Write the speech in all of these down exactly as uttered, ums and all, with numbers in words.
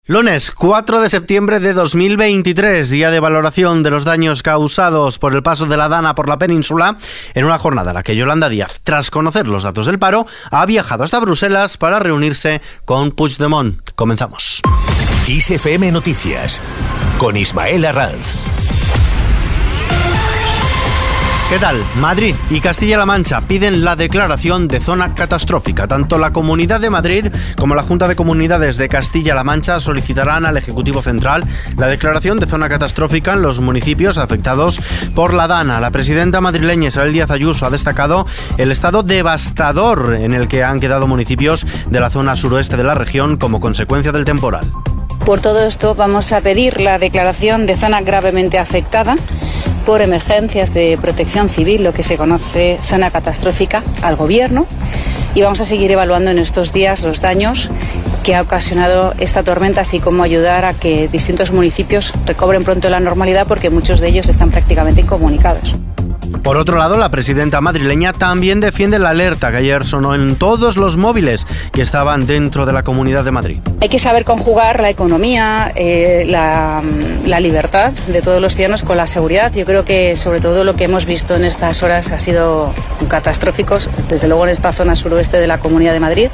Lunes cuatro de septiembre de dos mil veintitrés, día de valoración de los daños causados por el paso de la Dana por la península, en una jornada en la que Yolanda Díaz, tras conocer los datos del paro, ha viajado hasta Bruselas para reunirse con Puigdemont. Comenzamos. I S F M Noticias, con Ismael Arranz. ¿Qué tal? Madrid y Castilla-La Mancha piden la declaración de zona catastrófica. Tanto la Comunidad de Madrid como la Junta de Comunidades de Castilla-La Mancha solicitarán al Ejecutivo Central la declaración de zona catastrófica en los municipios afectados por la Dana. La presidenta madrileña Isabel Díaz Ayuso ha destacado el estado devastador en el que han quedado municipios de la zona suroeste de la región como consecuencia del temporal. Por todo esto vamos a pedir la declaración de zona gravemente afectada por emergencias de protección civil, lo que se conoce zona catastrófica, al Gobierno, y vamos a seguir evaluando en estos días los daños que ha ocasionado esta tormenta, así como ayudar a que distintos municipios recobren pronto la normalidad, porque muchos de ellos están prácticamente incomunicados. Por otro lado, la presidenta madrileña también defiende la alerta que ayer sonó en todos los móviles que estaban dentro de la Comunidad de Madrid. Hay que saber conjugar la economía, eh, la, la libertad de todos los ciudadanos con la seguridad. Yo creo que sobre todo lo que hemos visto en estas horas ha sido catastróficos, desde luego en esta zona suroeste de la Comunidad de Madrid.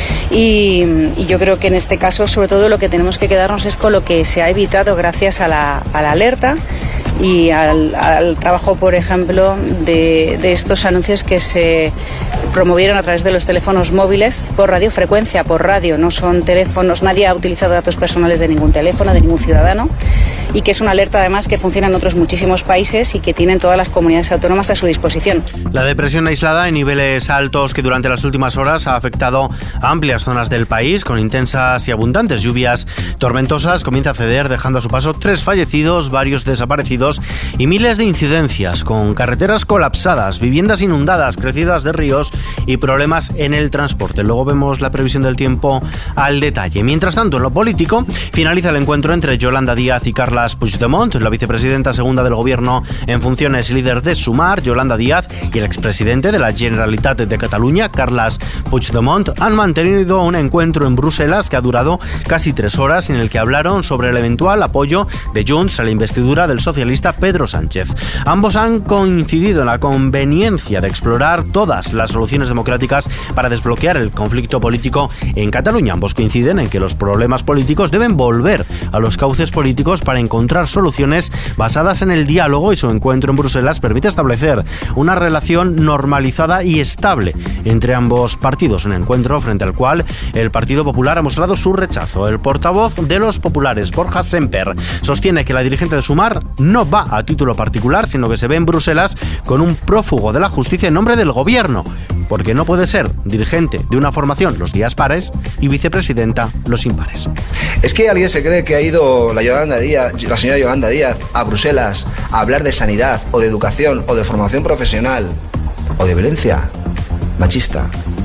Y, y yo creo que en este caso sobre todo lo que tenemos que quedarnos es con lo que se ha evitado gracias a la, a la alerta y al, al trabajo, por ejemplo, de, de estos anuncios que se promovieron a través de los teléfonos móviles por radiofrecuencia, por radio. No son teléfonos, nadie ha utilizado datos personales de ningún teléfono, de ningún ciudadano, y que es una alerta además que funciona en otros muchísimos países y que tienen todas las comunidades autónomas a su disposición. La depresión aislada en niveles altos que durante las últimas horas ha afectado a amplias zonas del país con intensas y abundantes lluvias tormentosas comienza a ceder, dejando a su paso tres fallecidos, varios desaparecidos y miles de incidencias con carreteras colapsadas, viviendas inundadas, crecidas de ríos y problemas en el transporte. Luego vemos la previsión del tiempo al detalle. Mientras tanto, en lo político, finaliza el encuentro entre Yolanda Díaz y Carles Puigdemont, la vicepresidenta segunda del Gobierno en funciones y líder de Sumar, Yolanda Díaz, y el expresidente de la Generalitat de Cataluña, Carles Puigdemont, han mantenido un encuentro en Bruselas que ha durado casi tres horas, en el que hablaron sobre el eventual apoyo de Junts a la investidura del socialista Pedro Sánchez. Ambos han coincidido en la conveniencia de explorar todas las soluciones democráticas para desbloquear el conflicto político en Cataluña. Ambos coinciden en que los problemas políticos deben volver a los cauces políticos para encontrar soluciones basadas en el diálogo, y su encuentro en Bruselas permite establecer una relación normalizada y estable entre ambos partidos, un encuentro frente al cual el Partido Popular ha mostrado su rechazo. El portavoz de los populares, Borja Semper, sostiene que la dirigente de Sumar no va a título particular, sino que se ve en Bruselas con un prófugo de la justicia en nombre del Gobierno, porque no puede ser dirigente de una formación los días pares y vicepresidenta los impares. ¿Es que alguien se cree que ha ido la, Yolanda Díaz, la señora Yolanda Díaz a Bruselas a hablar de sanidad o de educación o de formación profesional o de violencia machista?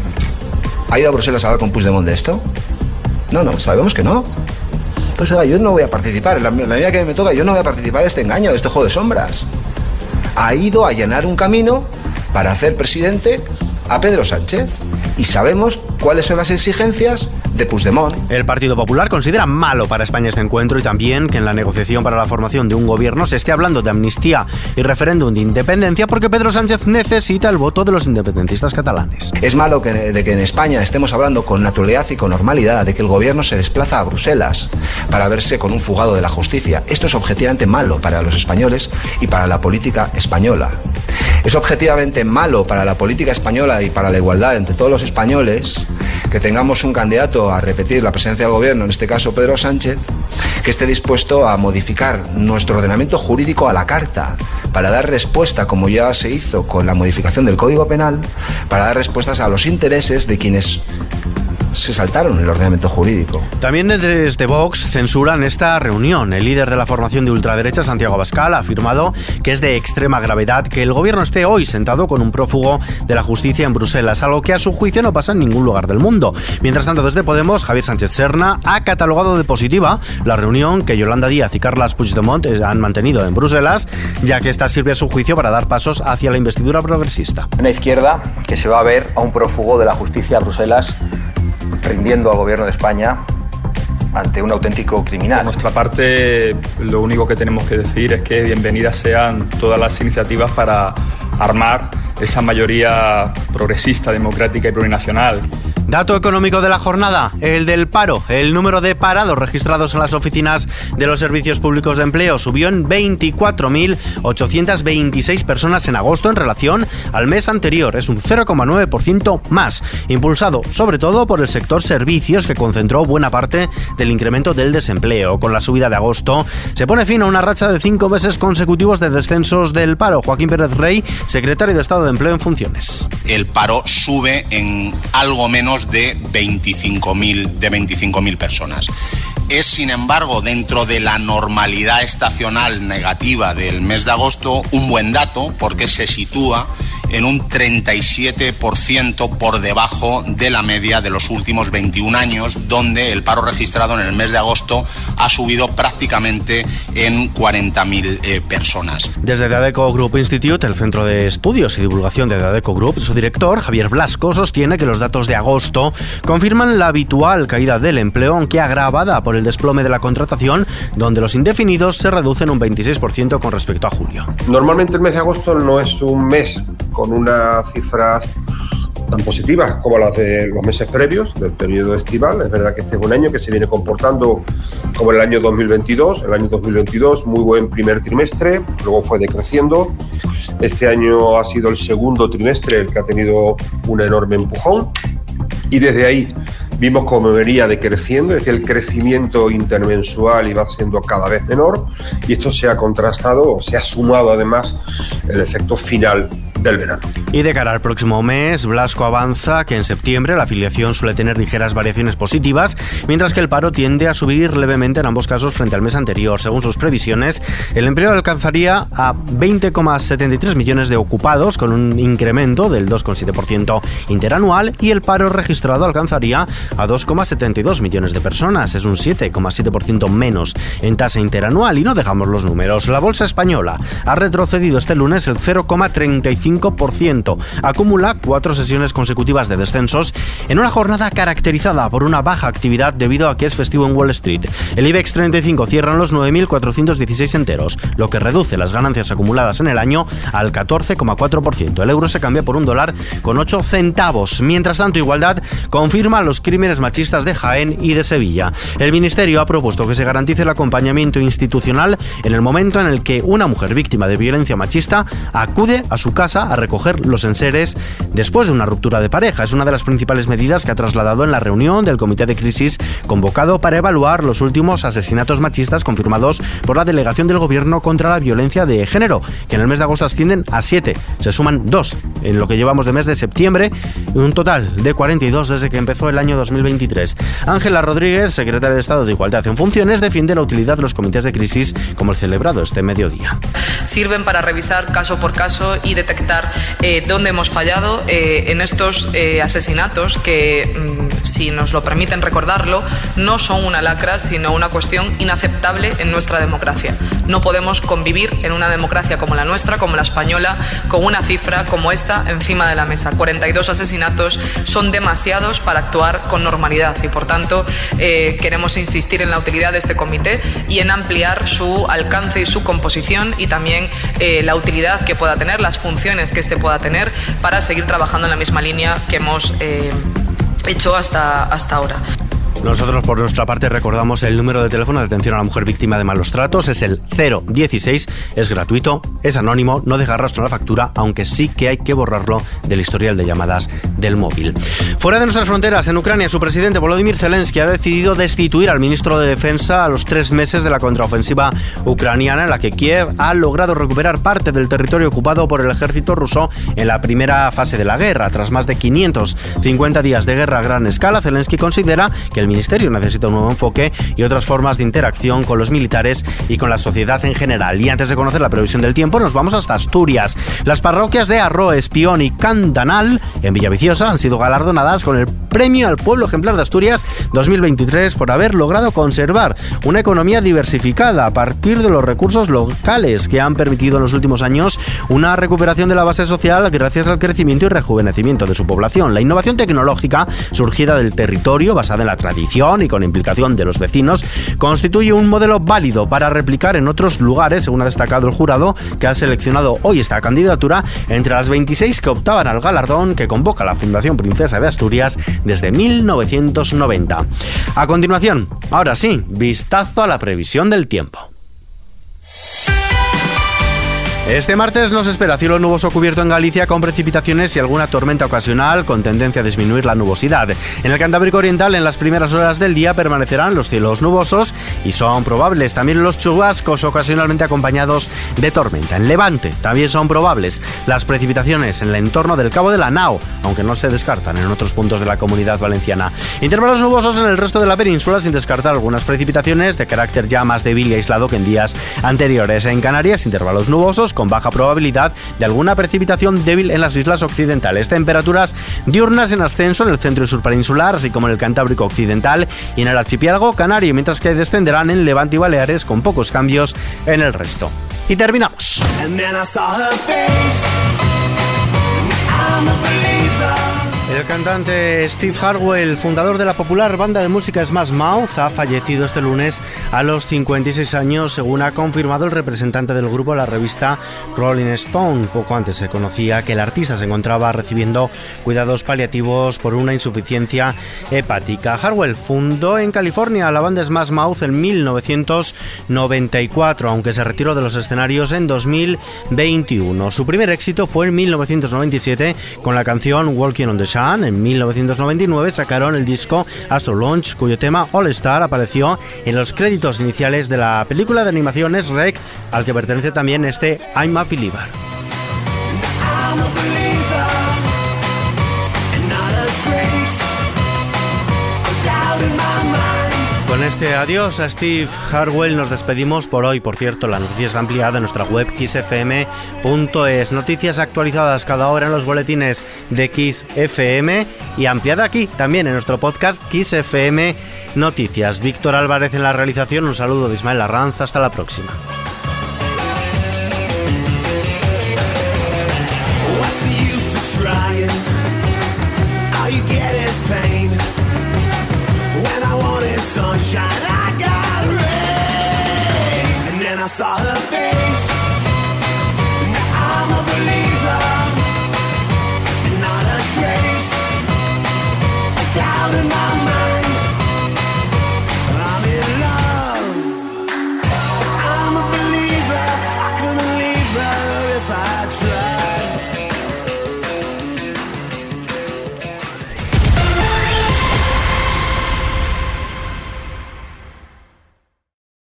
¿Ha ido a Bruselas a hablar con Puigdemont de esto? No, no, sabemos que no. Pues oiga, yo no voy a participar, en la, en la medida que me toca, yo no voy a participar de este engaño, de este juego de sombras. Ha ido a allanar un camino para hacer presidente a Pedro Sánchez, y sabemos cuáles son las exigencias de Puigdemont. El Partido Popular considera malo para España este encuentro y también que en la negociación para la formación de un gobierno se esté hablando de amnistía y referéndum de independencia, porque Pedro Sánchez necesita el voto de los independentistas catalanes. Es malo que, de que en España estemos hablando con naturalidad y con normalidad de que el gobierno se desplaza a Bruselas para verse con un fugado de la justicia. Esto es objetivamente malo para los españoles y para la política española. Es objetivamente malo para la política española y para la igualdad entre todos los españoles que tengamos un candidato a repetir la presidencia del gobierno, en este caso Pedro Sánchez, que esté dispuesto a modificar nuestro ordenamiento jurídico a la carta para dar respuesta, como ya se hizo con la modificación del Código Penal, para dar respuestas a los intereses de quienes se saltaron el ordenamiento jurídico. También desde Vox censuran esta reunión. El líder de la formación de ultraderecha, Santiago Abascal, ha afirmado que es de extrema gravedad que el gobierno esté hoy sentado con un prófugo de la justicia en Bruselas, algo que a su juicio no pasa en ningún lugar del mundo. Mientras tanto, desde Podemos, Javier Sánchez Serna ha catalogado de positiva la reunión que Yolanda Díaz y Carles Puigdemont han mantenido en Bruselas, ya que esta sirve a su juicio para dar pasos hacia la investidura progresista. Una izquierda que se va a ver a un prófugo de la justicia a Bruselas rindiendo al gobierno de España ante un auténtico criminal. Por nuestra parte, lo único que tenemos que decir es que bienvenidas sean todas las iniciativas para armar esa mayoría progresista, democrática y plurinacional. Dato económico de la jornada, el del paro. El número de parados registrados en las oficinas de los servicios públicos de empleo subió en veinticuatro mil ochocientas veintiséis personas en agosto en relación al mes anterior. Es un cero coma nueve por ciento más, impulsado sobre todo por el sector servicios, que concentró buena parte del incremento del desempleo. Con la subida de agosto se pone fin a una racha de cinco meses consecutivos de descensos del paro. Joaquín Pérez Rey, secretario de Estado de Empleo en funciones. El paro sube en algo menos de veinticinco mil de veinticinco mil personas. Es, sin embargo, dentro de la normalidad estacional negativa del mes de agosto, un buen dato porque se sitúa en un treinta y siete por ciento por debajo de la media de los últimos veintiún años, donde el paro registrado en el mes de agosto ha subido prácticamente en cuarenta mil eh, personas. Desde The Adecco Group Institute, el centro de estudios y divulgación de The Adecco Group, su director, Javier Blasco, sostiene que los datos de agosto confirman la habitual caída del empleo, aunque agravada por el desplome de la contratación, donde los indefinidos se reducen un veintiséis por ciento con respecto a julio. Normalmente el mes de agosto no es un mes con unas cifras tan positivas como las de los meses previos del periodo estival. Es verdad que este es un año que se viene comportando como el año dos mil veintidós. El año dos mil veintidós, muy buen primer trimestre, luego fue decreciendo. Este año ha sido el segundo trimestre el que ha tenido un enorme empujón y desde ahí vimos cómo venía decreciendo, es decir, el crecimiento intermensual iba siendo cada vez menor y esto se ha contrastado, se ha sumado además el efecto final del verano. Y de cara al próximo mes, Blasco avanza que en septiembre la afiliación suele tener ligeras variaciones positivas, mientras que el paro tiende a subir levemente en ambos casos frente al mes anterior. Según sus previsiones, el empleo alcanzaría a veinte coma setenta y tres millones de ocupados, con un incremento del dos coma siete por ciento interanual, y el paro registrado alcanzaría a dos coma setenta y dos millones de personas. Es un siete coma siete por ciento menos en tasa interanual. Y no dejamos los números. La bolsa española ha retrocedido este lunes el cero coma treinta y cinco por ciento. Acumula cuatro sesiones consecutivas de descensos en una jornada caracterizada por una baja actividad debido a que es festivo en Wall Street. El IBEX treinta y cinco cierra en los nueve mil cuatrocientos dieciséis enteros, lo que reduce las ganancias acumuladas en el año al catorce coma cuatro por ciento. El euro se cambia por un dólar con ocho centavos. Mientras tanto, Igualdad confirma los crímenes machistas de Jaén y de Sevilla. El Ministerio ha propuesto que se garantice el acompañamiento institucional en el momento en el que una mujer víctima de violencia machista acude a su casa a recoger los enseres después de una ruptura de pareja. Es una de las principales medidas que ha trasladado en la reunión del Comité de Crisis convocado para evaluar los últimos asesinatos machistas confirmados por la Delegación del Gobierno contra la Violencia de Género, que en el mes de agosto ascienden a siete. Se suman dos en lo que llevamos de mes de septiembre, un total de cuarenta y dos desde que empezó el año dos mil veintitrés. Ángela Rodríguez, secretaria de Estado de Igualdad en Funciones, defiende la utilidad de los comités de crisis como el celebrado este mediodía. Sirven para revisar caso por caso y detectar eh, dónde hemos fallado eh, en estos eh, asesinatos que, mm, si nos lo permiten recordarlo, no son una lacra, sino una cuestión inaceptable en nuestra democracia. No podemos convivir en una democracia como la nuestra, como la española, con una cifra como esta encima de la mesa. cuarenta y dos asesinatos son demasiados para actuar con normalidad y, por tanto, eh, queremos insistir en la utilidad de este comité y en ampliar su alcance y su composición y también eh, la utilidad que pueda tener, las funciones que este pueda tener para seguir trabajando en la misma línea que hemos eh, hecho hasta, hasta ahora. Nosotros, por nuestra parte, recordamos el número de teléfono de atención a la mujer víctima de malos tratos. Es el cero dieciséis, es gratuito, es anónimo, no deja rastro en la factura, aunque sí que hay que borrarlo del historial de llamadas del móvil. Fuera de nuestras fronteras, en Ucrania, su presidente Volodymyr Zelensky ha decidido destituir al ministro de Defensa a los tres meses de la contraofensiva ucraniana, en la que Kiev ha logrado recuperar parte del territorio ocupado por el ejército ruso en la primera fase de la guerra. Tras más de quinientos cincuenta días de guerra a gran escala, Zelensky considera que el ministerio necesita un nuevo enfoque y otras formas de interacción con los militares y con la sociedad en general. Y antes de conocer la previsión del tiempo, nos vamos hasta Asturias. Las parroquias de Arro, Espión y Candanal, en Villaviciosa, han sido galardonadas con el Premio al Pueblo Ejemplar de Asturias dos mil veintitrés por haber logrado conservar una economía diversificada a partir de los recursos locales que han permitido en los últimos años una recuperación de la base social gracias al crecimiento y rejuvenecimiento de su población. La innovación tecnológica surgida del territorio, basada en la tradición condición y con implicación de los vecinos, constituye un modelo válido para replicar en otros lugares, según ha destacado el jurado, que ha seleccionado hoy esta candidatura entre las veintiséis que optaban al galardón que convoca la Fundación Princesa de Asturias desde mil novecientos noventa. A continuación, ahora sí, vistazo a la previsión del tiempo. Este martes nos espera cielo nuboso cubierto en Galicia con precipitaciones y alguna tormenta ocasional con tendencia a disminuir la nubosidad. En el Cantábrico Oriental en las primeras horas del día permanecerán los cielos nubosos y son probables también los chubascos ocasionalmente acompañados de tormenta. En Levante también son probables las precipitaciones en el entorno del Cabo de la Nao, aunque no se descartan en otros puntos de la Comunidad Valenciana. Intervalos nubosos en el resto de la península sin descartar algunas precipitaciones de carácter ya más débil y aislado que en días anteriores. En Canarias intervalos nubosos con baja probabilidad de alguna precipitación débil en las islas occidentales. Temperaturas diurnas en ascenso en el centro y sur peninsular, así como en el Cantábrico occidental y en el archipiélago canario, mientras que descenderán en Levante y Baleares con pocos cambios en el resto. Y terminamos. El cantante Steve Harwell, fundador de la popular banda de música Smash Mouth, ha fallecido este lunes a los cincuenta y seis años, según ha confirmado el representante del grupo a la revista Rolling Stone. Poco antes se conocía que el artista se encontraba recibiendo cuidados paliativos por una insuficiencia hepática. Harwell fundó en California la banda Smash Mouth en mil novecientos noventa y cuatro, aunque se retiró de los escenarios en dos mil veintiuno. Su primer éxito fue en mil novecientos noventa y siete con la canción Walking on the Sun. En mil novecientos noventa y nueve sacaron el disco Astro Launch, cuyo tema All Star apareció en los créditos iniciales de la película de animación Shrek, al que pertenece también este I'm a Believer. Con este adiós a Steve Harwell nos despedimos por hoy. Por cierto, la noticia está ampliada en nuestra web kiss f m punto es. Noticias actualizadas cada hora en los boletines de Kiss F M y ampliada aquí también en nuestro podcast Kiss F M Noticias. Víctor Álvarez en la realización. Un saludo de Ismael Arranz. Hasta la próxima. Sunshine, I got rain, and then I saw her face.